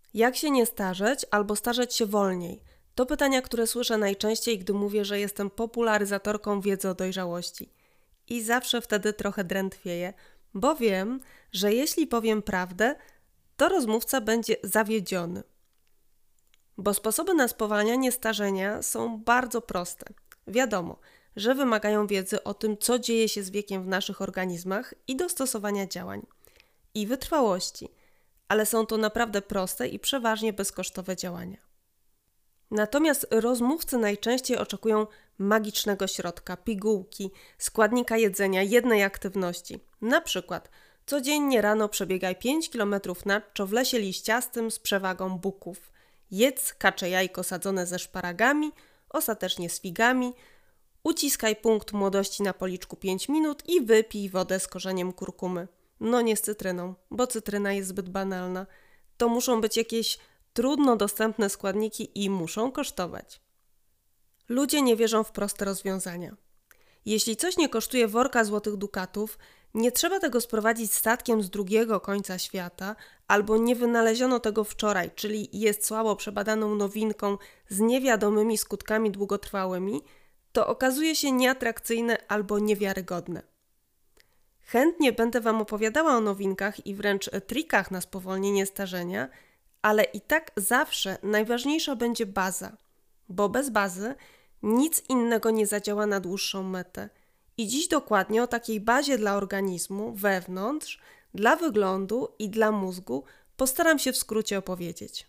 Jak się nie starzeć albo starzeć się wolniej? To pytania, które słyszę najczęściej, gdy mówię, że jestem popularyzatorką wiedzy o dojrzałości. I zawsze wtedy trochę drętwieję, bo wiem, że jeśli powiem prawdę, to rozmówca będzie zawiedziony. Bo sposoby na spowalnianie starzenia są bardzo proste. Wiadomo, że wymagają wiedzy o tym, co dzieje się z wiekiem w naszych organizmach i dostosowania działań. I wytrwałości. Ale są to naprawdę proste i przeważnie bezkosztowe działania. Natomiast rozmówcy najczęściej oczekują magicznego środka, pigułki, składnika jedzenia, jednej aktywności. Na przykład codziennie rano przebiegaj 5 km nadczo w lesie liściastym z przewagą buków. Jedz kacze jajko sadzone ze szparagami, ostatecznie z figami. Uciskaj punkt młodości na policzku 5 minut i wypij wodę z korzeniem kurkumy. No nie z cytryną, bo cytryna jest zbyt banalna. To muszą być jakieś trudno dostępne składniki i muszą kosztować. Ludzie nie wierzą w proste rozwiązania. Jeśli coś nie kosztuje worka złotych dukatów, nie trzeba tego sprowadzić statkiem z drugiego końca świata, albo nie wynaleziono tego wczoraj, czyli jest słabo przebadaną nowinką z niewiadomymi skutkami długotrwałymi, to okazuje się nieatrakcyjne albo niewiarygodne. Chętnie będę Wam opowiadała o nowinkach i wręcz trikach na spowolnienie starzenia, ale i tak zawsze najważniejsza będzie baza, bo bez bazy nic innego nie zadziała na dłuższą metę. I dziś dokładnie o takiej bazie dla organizmu, wewnątrz, dla wyglądu i dla mózgu postaram się w skrócie opowiedzieć.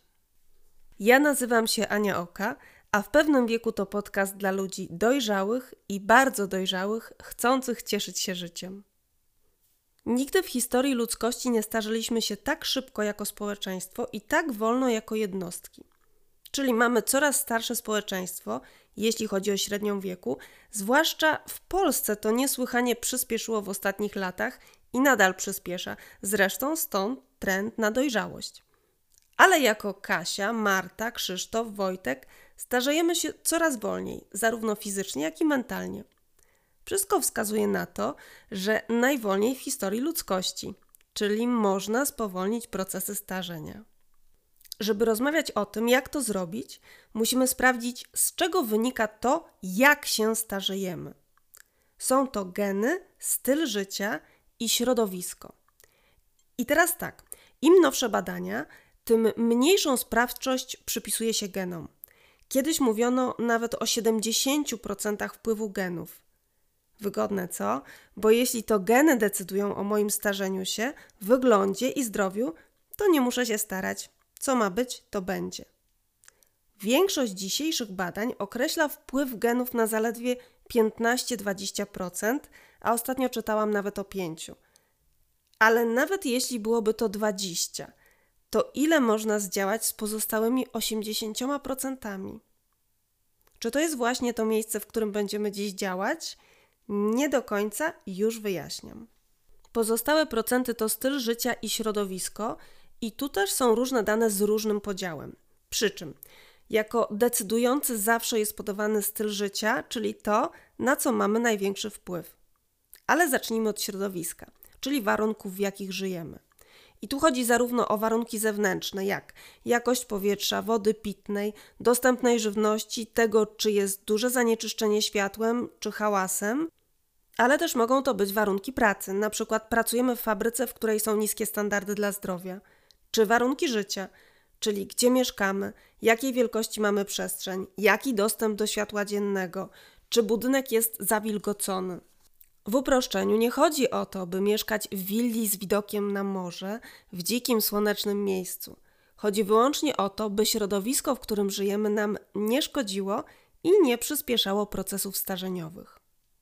Ja nazywam się Ania Oka, a w pewnym wieku to podcast dla ludzi dojrzałych i bardzo dojrzałych, chcących cieszyć się życiem. Nigdy w historii ludzkości nie starzyliśmy się tak szybko jako społeczeństwo i tak wolno jako jednostki. Czyli mamy coraz starsze społeczeństwo, jeśli chodzi o średnią wieku, zwłaszcza w Polsce to niesłychanie przyspieszyło w ostatnich latach i nadal przyspiesza, zresztą stąd trend na dojrzałość. Ale jako Kasia, Marta, Krzysztof, Wojtek starzejemy się coraz wolniej, zarówno fizycznie, jak i mentalnie. Wszystko wskazuje na to, że najwolniej w historii ludzkości, czyli można spowolnić procesy starzenia. Żeby rozmawiać o tym, jak to zrobić, musimy sprawdzić, z czego wynika to, jak się starzejemy. Są to geny, styl życia i środowisko. I teraz tak, im nowsze badania, tym mniejszą sprawczość przypisuje się genom. Kiedyś mówiono nawet o 70% wpływu genów. Wygodne, co? Bo jeśli to geny decydują o moim starzeniu się, wyglądzie i zdrowiu, to nie muszę się starać. Co ma być, to będzie. Większość dzisiejszych badań określa wpływ genów na zaledwie 15-20%, a ostatnio czytałam nawet o 5%. Ale nawet jeśli byłoby to 20%, to ile można zdziałać z pozostałymi 80%? Czy to jest właśnie to miejsce, w którym będziemy dziś działać? Nie do końca, już wyjaśniam. Pozostałe procenty to styl życia i środowisko i tu też są różne dane z różnym podziałem. Przy czym jako decydujący zawsze jest podawany styl życia, czyli to, na co mamy największy wpływ. Ale zacznijmy od środowiska, czyli warunków, w jakich żyjemy. I tu chodzi zarówno o warunki zewnętrzne, jak jakość powietrza, wody pitnej, dostępnej żywności, tego, czy jest duże zanieczyszczenie światłem czy hałasem, ale też mogą to być warunki pracy, na przykład pracujemy w fabryce, w której są niskie standardy dla zdrowia, czy warunki życia, czyli gdzie mieszkamy, jakiej wielkości mamy przestrzeń, jaki dostęp do światła dziennego, czy budynek jest zawilgocony. W uproszczeniu nie chodzi o to, by mieszkać w willi z widokiem na morze, w dzikim, słonecznym miejscu. Chodzi wyłącznie o to, by środowisko, w którym żyjemy, nam nie szkodziło i nie przyspieszało procesów starzeniowych.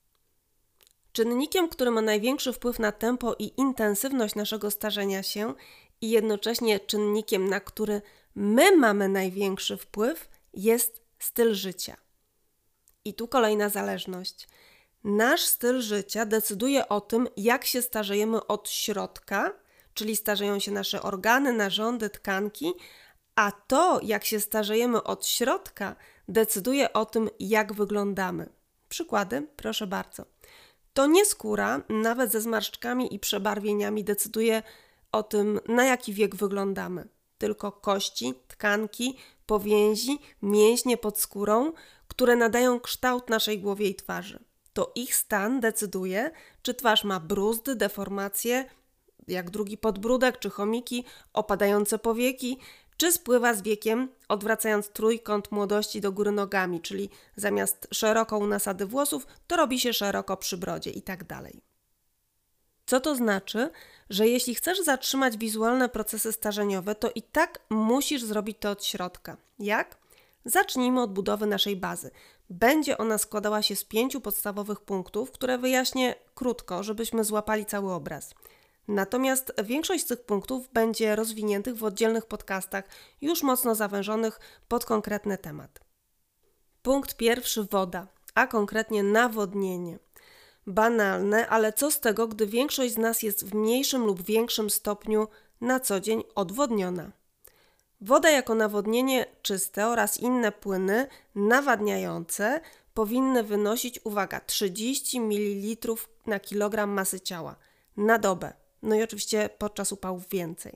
Czynnikiem, który ma największy wpływ na tempo i intensywność naszego starzenia się i jednocześnie czynnikiem, na który my mamy największy wpływ, jest styl życia. I tu kolejna zależność. Nasz styl życia decyduje o tym, jak się starzejemy od środka, czyli starzeją się nasze organy, narządy, tkanki, a to, jak się starzejemy od środka, decyduje o tym, jak wyglądamy. Przykłady? Proszę bardzo. To nie skóra, nawet ze zmarszczkami i przebarwieniami, decyduje o tym, na jaki wiek wyglądamy. tylko kości, tkanki, powięzi, mięśnie pod skórą, które nadają kształt naszej głowie i twarzy. To ich stan decyduje, czy twarz ma bruzdy, deformacje, jak drugi podbródek czy chomiki, opadające powieki, czy spływa z wiekiem, odwracając trójkąt młodości do góry nogami, czyli zamiast szeroko u nasady włosów, to robi się szeroko przy brodzie i tak dalej. Co to znaczy? Że jeśli chcesz zatrzymać wizualne procesy starzeniowe, to i tak musisz zrobić to od środka. Jak? Zacznijmy od budowy naszej bazy. Będzie ona składała się z 5 podstawowych punktów, które wyjaśnię krótko, żebyśmy złapali cały obraz. Natomiast większość z tych punktów będzie rozwiniętych w oddzielnych podcastach, już mocno zawężonych pod konkretny temat. Punkt pierwszy: woda, a konkretnie nawodnienie. Banalne, ale co z tego, gdy większość z nas jest w mniejszym lub większym stopniu na co dzień odwodniona. Woda jako nawodnienie czyste oraz inne płyny nawadniające powinny wynosić, uwaga, 30 ml na kilogram masy ciała na dobę. No i oczywiście podczas upałów więcej.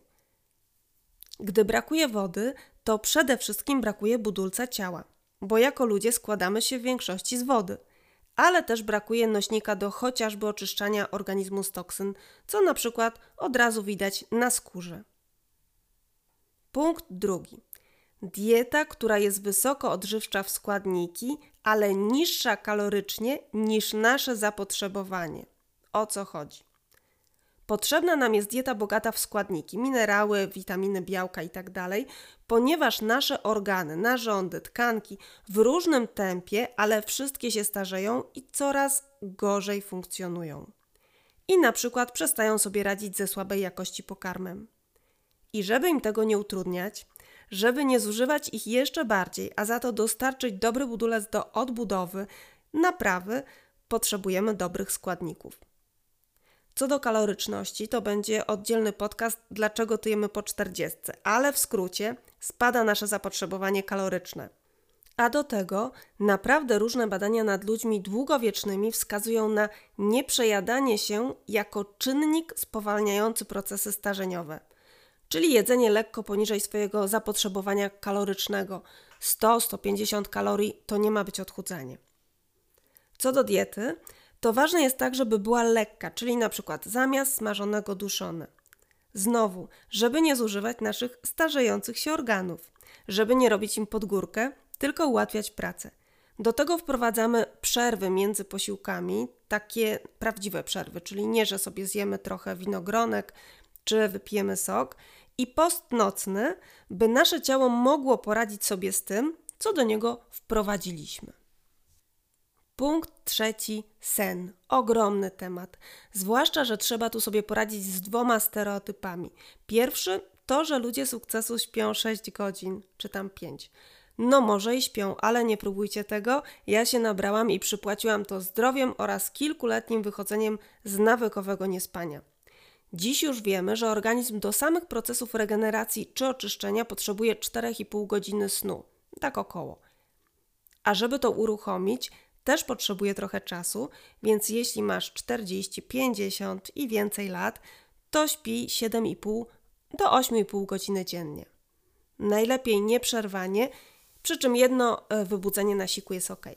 Gdy brakuje wody, to przede wszystkim brakuje budulca ciała, bo jako ludzie składamy się w większości z wody, ale też brakuje nośnika do chociażby oczyszczania organizmu z toksyn, co na przykład od razu widać na skórze. Punkt drugi. Dieta, która jest wysoko odżywcza w składniki, ale niższa kalorycznie niż nasze zapotrzebowanie. O co chodzi? Potrzebna nam jest dieta bogata w składniki, minerały, witaminy, białka itd., ponieważ nasze organy, narządy, tkanki w różnym tempie, ale wszystkie się starzeją i coraz gorzej funkcjonują. I na przykład przestają sobie radzić ze słabej jakości pokarmem. I żeby im tego nie utrudniać, żeby nie zużywać ich jeszcze bardziej, a za to dostarczyć dobry budulec do odbudowy, naprawy, potrzebujemy dobrych składników. Co do kaloryczności, to będzie oddzielny podcast, dlaczego tyjemy po 40, ale w skrócie spada nasze zapotrzebowanie kaloryczne. A do tego naprawdę różne badania nad ludźmi długowiecznymi wskazują na nieprzejadanie się jako czynnik spowalniający procesy starzeniowe. Czyli jedzenie lekko poniżej swojego zapotrzebowania kalorycznego. 100-150 kalorii to nie ma być odchudzanie. Co do diety, to ważne jest tak, żeby była lekka, czyli na przykład zamiast smażonego duszone. Znowu, żeby nie zużywać naszych starzejących się organów, żeby nie robić im pod górkę, tylko ułatwiać pracę. Do tego wprowadzamy przerwy między posiłkami, takie prawdziwe przerwy, czyli nie, że sobie zjemy trochę winogronek, czy wypijemy sok, i post nocny, by nasze ciało mogło poradzić sobie z tym, co do niego wprowadziliśmy. Punkt trzeci: sen. Ogromny temat. Zwłaszcza, że trzeba tu sobie poradzić z 2 stereotypami. Pierwszy to, że ludzie sukcesu śpią 6 godzin, czy tam 5. No może i śpią, ale nie próbujcie tego. Ja się nabrałam i przypłaciłam to zdrowiem oraz kilkuletnim wychodzeniem z nawykowego niespania. Dziś już wiemy, że organizm do samych procesów regeneracji czy oczyszczenia potrzebuje 4,5 godziny snu. Tak około. A żeby to uruchomić, też potrzebuje trochę czasu, więc jeśli masz 40, 50 i więcej lat, to śpij 7,5 do 8,5 godziny dziennie. Najlepiej nieprzerwanie, przy czym jedno wybudzenie na siku jest ok.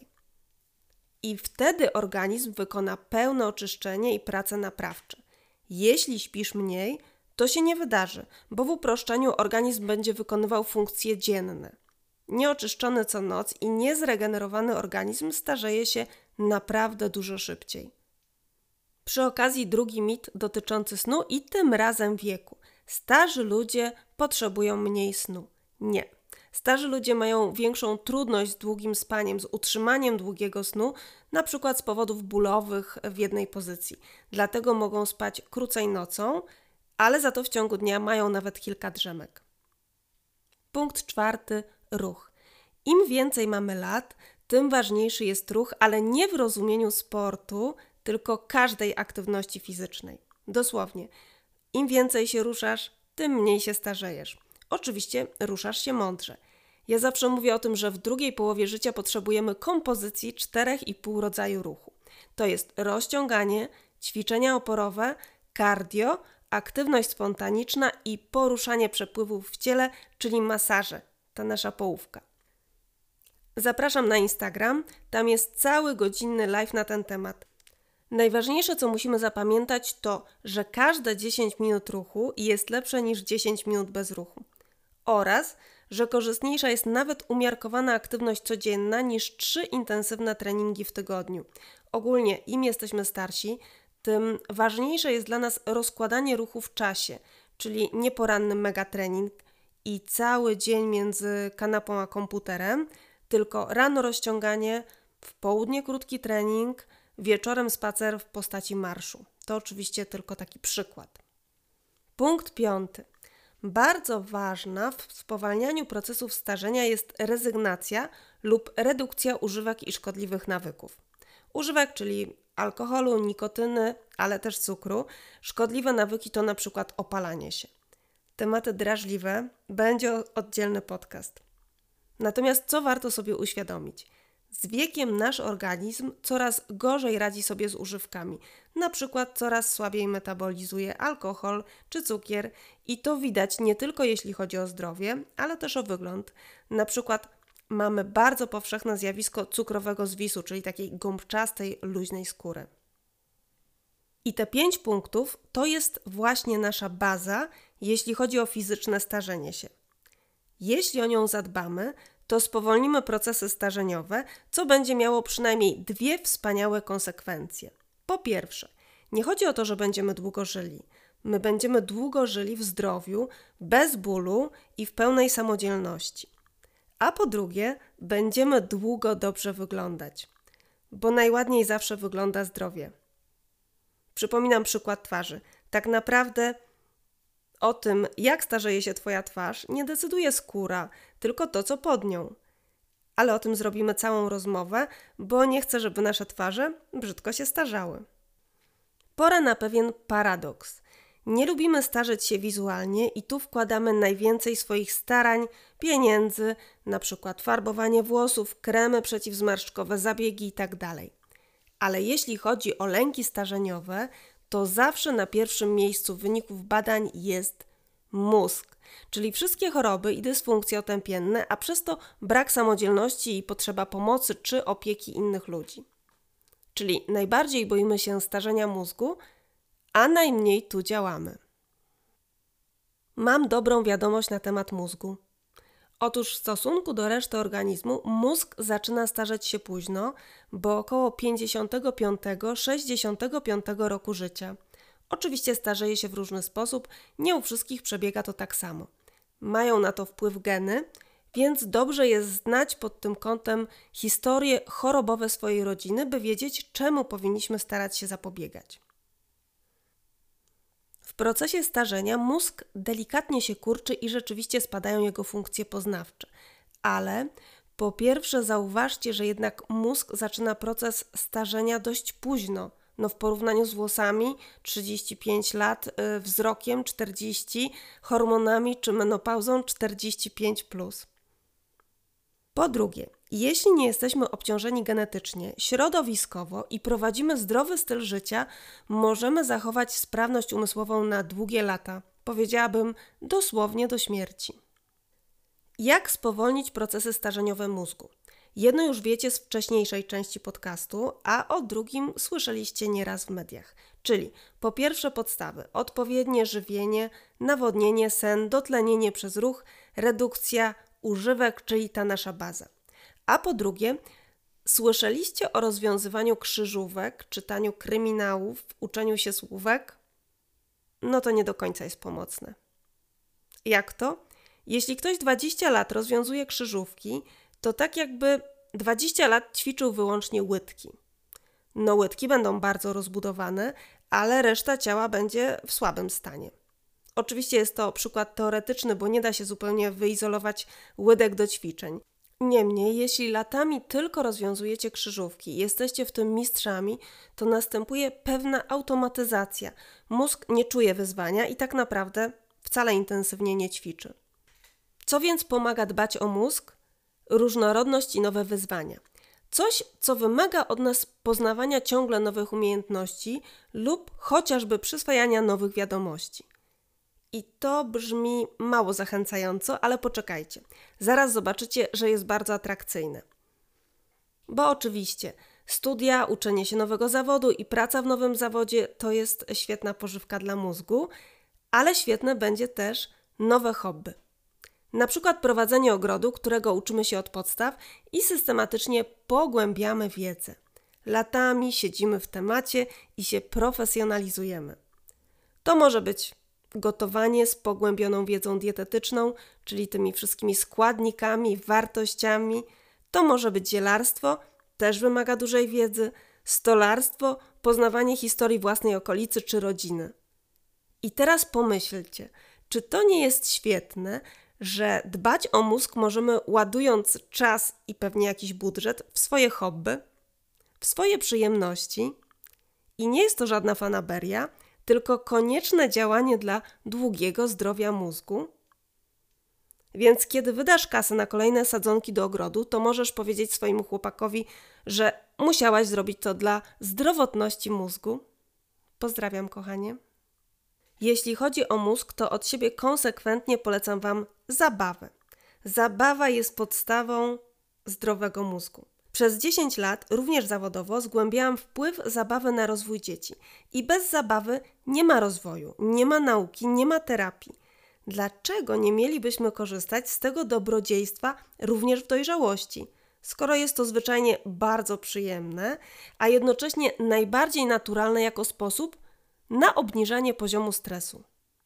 I wtedy organizm wykona pełne oczyszczenie i prace naprawcze. Jeśli śpisz mniej, to się nie wydarzy, bo w uproszczeniu organizm będzie wykonywał funkcje dzienne. Nieoczyszczony co noc i niezregenerowany organizm starzeje się naprawdę dużo szybciej. Przy okazji drugi mit dotyczący snu i tym razem wieku. Starzy ludzie potrzebują mniej snu. Nie. Starzy ludzie mają większą trudność z długim spaniem, z utrzymaniem długiego snu, na przykład z powodów bólowych w jednej pozycji. Dlatego mogą spać krócej nocą, ale za to w ciągu dnia mają nawet kilka drzemek. Punkt czwarty: ruch. Im więcej mamy lat, tym ważniejszy jest ruch, ale nie w rozumieniu sportu, tylko każdej aktywności fizycznej. Dosłownie, im więcej się ruszasz, tym mniej się starzejesz. Oczywiście ruszasz się mądrze. Ja zawsze mówię o tym, że w drugiej połowie życia potrzebujemy kompozycji 4,5 rodzaju ruchu. To jest rozciąganie, ćwiczenia oporowe, cardio, aktywność spontaniczna i poruszanie przepływów w ciele, czyli masaże, ta nasza połówka. Zapraszam na Instagram, tam jest cały godzinny live na ten temat. Najważniejsze, co musimy zapamiętać, to, że każde 10 minut ruchu jest lepsze niż 10 minut bez ruchu. Oraz, że korzystniejsza jest nawet umiarkowana aktywność codzienna niż 3 intensywne treningi w tygodniu. Ogólnie im jesteśmy starsi, tym ważniejsze jest dla nas rozkładanie ruchu w czasie, czyli nie poranny megatrening i cały dzień między kanapą a komputerem, tylko rano rozciąganie, w południe krótki trening, wieczorem spacer w postaci marszu. To oczywiście tylko taki przykład. Punkt 5. Bardzo ważna w spowalnianiu procesów starzenia jest rezygnacja lub redukcja używek i szkodliwych nawyków. Używek, czyli alkoholu, nikotyny, ale też cukru. Szkodliwe nawyki to na przykład opalanie się. Tematy drażliwe, będzie oddzielny podcast. Natomiast co warto sobie uświadomić? Z wiekiem nasz organizm coraz gorzej radzi sobie z używkami. Na przykład coraz słabiej metabolizuje alkohol czy cukier i to widać nie tylko jeśli chodzi o zdrowie, ale też o wygląd. Na przykład mamy bardzo powszechne zjawisko cukrowego zwisu, czyli takiej gąbczastej, luźnej skóry. I te 5 punktów to jest właśnie nasza baza, jeśli chodzi o fizyczne starzenie się. Jeśli o nią zadbamy, to spowolnimy procesy starzeniowe, co będzie miało przynajmniej 2 wspaniałe konsekwencje. Po pierwsze, nie chodzi o to, że będziemy długo żyli. My będziemy długo żyli w zdrowiu, bez bólu i w pełnej samodzielności. A po drugie, będziemy długo dobrze wyglądać, bo najładniej zawsze wygląda zdrowie. Przypominam przykład twarzy. Tak naprawdę o tym, jak starzeje się Twoja twarz, nie decyduje skóra, tylko to, co pod nią. Ale o tym zrobimy całą rozmowę, bo nie chcę, żeby nasze twarze brzydko się starzały. Pora na pewien paradoks. Nie lubimy starzeć się wizualnie i tu wkładamy najwięcej swoich starań, pieniędzy, na przykład farbowanie włosów, kremy przeciwzmarszczkowe, zabiegi itd. Ale jeśli chodzi o lęki starzeniowe, to zawsze na pierwszym miejscu wyników badań jest mózg, czyli wszystkie choroby i dysfunkcje otępienne, a przez to brak samodzielności i potrzeba pomocy czy opieki innych ludzi. Czyli najbardziej boimy się starzenia mózgu, a najmniej tu działamy. Mam dobrą wiadomość na temat mózgu. Otóż w stosunku do reszty organizmu mózg zaczyna starzeć się późno, bo około 55-65 roku życia. Oczywiście starzeje się w różny sposób, nie u wszystkich przebiega to tak samo. Mają na to wpływ geny, więc dobrze jest znać pod tym kątem historie chorobowe swojej rodziny, by wiedzieć, czemu powinniśmy starać się zapobiegać. W procesie starzenia mózg delikatnie się kurczy i rzeczywiście spadają jego funkcje poznawcze. Ale po pierwsze zauważcie, że jednak mózg zaczyna proces starzenia dość późno. W porównaniu z włosami 35 lat, wzrokiem 40, hormonami czy menopauzą 45+. Po drugie, jeśli nie jesteśmy obciążeni genetycznie, środowiskowo i prowadzimy zdrowy styl życia, możemy zachować sprawność umysłową na długie lata. Powiedziałabym dosłownie do śmierci. Jak spowolnić procesy starzeniowe mózgu? Jedno już wiecie z wcześniejszej części podcastu, a o drugim słyszeliście nieraz w mediach. Czyli po pierwsze podstawy, odpowiednie żywienie, nawodnienie, sen, dotlenienie przez ruch, redukcja używek, czyli ta nasza baza. A po drugie, słyszeliście o rozwiązywaniu krzyżówek, czytaniu kryminałów, uczeniu się słówek? No to nie do końca jest pomocne. Jak to? Jeśli ktoś 20 lat rozwiązuje krzyżówki, to tak jakby 20 lat ćwiczył wyłącznie łydki. Łydki będą bardzo rozbudowane, ale reszta ciała będzie w słabym stanie. Oczywiście jest to przykład teoretyczny, bo nie da się zupełnie wyizolować łydek do ćwiczeń. Niemniej, jeśli latami tylko rozwiązujecie krzyżówki i jesteście w tym mistrzami, to następuje pewna automatyzacja. Mózg nie czuje wyzwania i tak naprawdę wcale intensywnie nie ćwiczy. Co więc pomaga dbać o mózg? Różnorodność i nowe wyzwania. Coś, co wymaga od nas poznawania ciągle nowych umiejętności lub chociażby przyswajania nowych wiadomości. I to brzmi mało zachęcająco, ale poczekajcie. Zaraz zobaczycie, że jest bardzo atrakcyjne. Bo oczywiście studia, uczenie się nowego zawodu i praca w nowym zawodzie to jest świetna pożywka dla mózgu, ale świetne będzie też nowe hobby. Na przykład prowadzenie ogrodu, którego uczymy się od podstaw i systematycznie pogłębiamy wiedzę. Latami siedzimy w temacie i się profesjonalizujemy. To może być gotowanie z pogłębioną wiedzą dietetyczną, czyli tymi wszystkimi składnikami, wartościami. To może być zielarstwo, też wymaga dużej wiedzy, stolarstwo, poznawanie historii własnej okolicy czy rodziny. I teraz pomyślcie, czy to nie jest świetne, że dbać o mózg możemy ładując czas i pewnie jakiś budżet w swoje hobby, w swoje przyjemności i nie jest to żadna fanaberia, tylko konieczne działanie dla długiego zdrowia mózgu. Więc kiedy wydasz kasę na kolejne sadzonki do ogrodu, to możesz powiedzieć swojemu chłopakowi, że musiałaś zrobić to dla zdrowotności mózgu. Pozdrawiam, kochanie. Jeśli chodzi o mózg, to od siebie konsekwentnie polecam Wam zabawę. Zabawa jest podstawą zdrowego mózgu. Przez 10 lat, również zawodowo, zgłębiałam wpływ zabawy na rozwój dzieci. I bez zabawy nie ma rozwoju, nie ma nauki, nie ma terapii. Dlaczego nie mielibyśmy korzystać z tego dobrodziejstwa również w dojrzałości, skoro jest to zwyczajnie bardzo przyjemne, a jednocześnie najbardziej naturalne jako sposób na obniżanie poziomu stresu?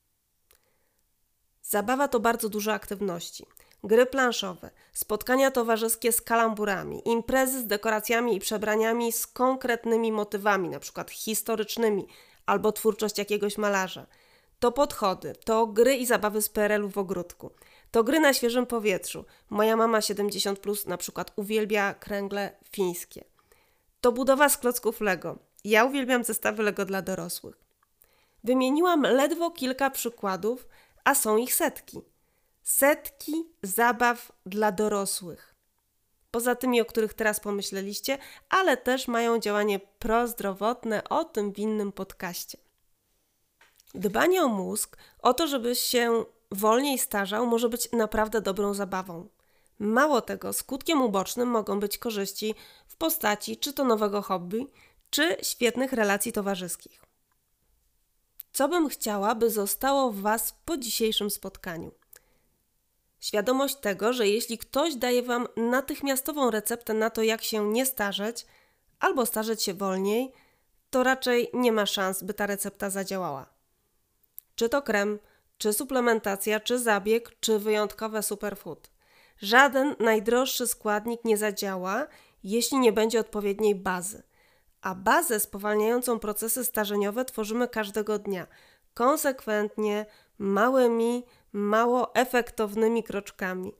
Zabawa to bardzo dużo aktywności. Gry planszowe, spotkania towarzyskie z kalamburami, imprezy z dekoracjami i przebraniami z konkretnymi motywami, np. historycznymi, albo twórczość jakiegoś malarza. To podchody, to gry i zabawy z PRL-u w ogródku. To gry na świeżym powietrzu. Moja mama 70+ na przykład uwielbia kręgle fińskie. To budowa z klocków Lego. Ja uwielbiam zestawy Lego dla dorosłych. Wymieniłam ledwo kilka przykładów, a są ich setki. Setki zabaw dla dorosłych. Poza tymi, o których teraz pomyśleliście, ale też mają działanie prozdrowotne, o tym w innym podcaście. Dbanie o mózg, o to, żeby się wolniej starzał, może być naprawdę dobrą zabawą. Mało tego, skutkiem ubocznym mogą być korzyści w postaci czy to nowego hobby, czy świetnych relacji towarzyskich. Co bym chciała, by zostało w Was po dzisiejszym spotkaniu? Świadomość tego, że jeśli ktoś daje Wam natychmiastową receptę na to, jak się nie starzeć, albo starzeć się wolniej, to raczej nie ma szans, by ta recepta zadziałała. Czy to krem, czy suplementacja, czy zabieg, czy wyjątkowe superfood. Żaden najdroższy składnik nie zadziała, jeśli nie będzie odpowiedniej bazy. A bazę spowalniającą procesy starzeniowe tworzymy każdego dnia, konsekwentnie, małymi, mało efektownymi kroczkami.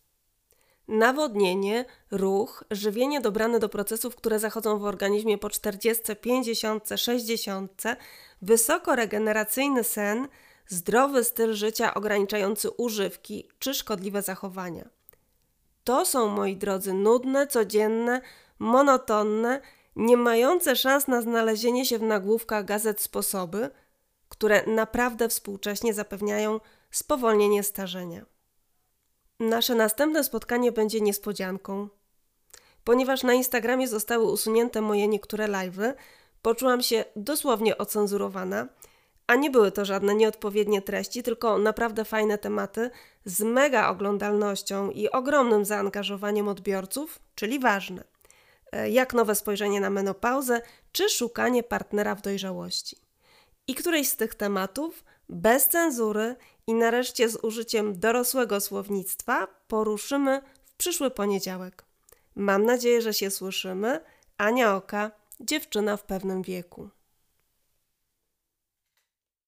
Nawodnienie, ruch, żywienie dobrane do procesów, które zachodzą w organizmie po 40, 50, 60, wysokoregeneracyjny sen, zdrowy styl życia ograniczający używki czy szkodliwe zachowania. To są, moi drodzy, nudne, codzienne, monotonne, nie mające szans na znalezienie się w nagłówkach gazet sposoby, które naprawdę współcześnie zapewniają spowolnienie starzenia. Nasze następne spotkanie będzie niespodzianką. Ponieważ na Instagramie zostały usunięte moje niektóre live'y, poczułam się dosłownie ocenzurowana, a nie były to żadne nieodpowiednie treści, tylko naprawdę fajne tematy z mega oglądalnością i ogromnym zaangażowaniem odbiorców, czyli ważne. Jak nowe spojrzenie na menopauzę, czy szukanie partnera w dojrzałości. I któryś z tych tematów bez cenzury i nareszcie z użyciem dorosłego słownictwa poruszymy w przyszły poniedziałek. Mam nadzieję, że się słyszymy. Ania Oka, dziewczyna w pewnym wieku.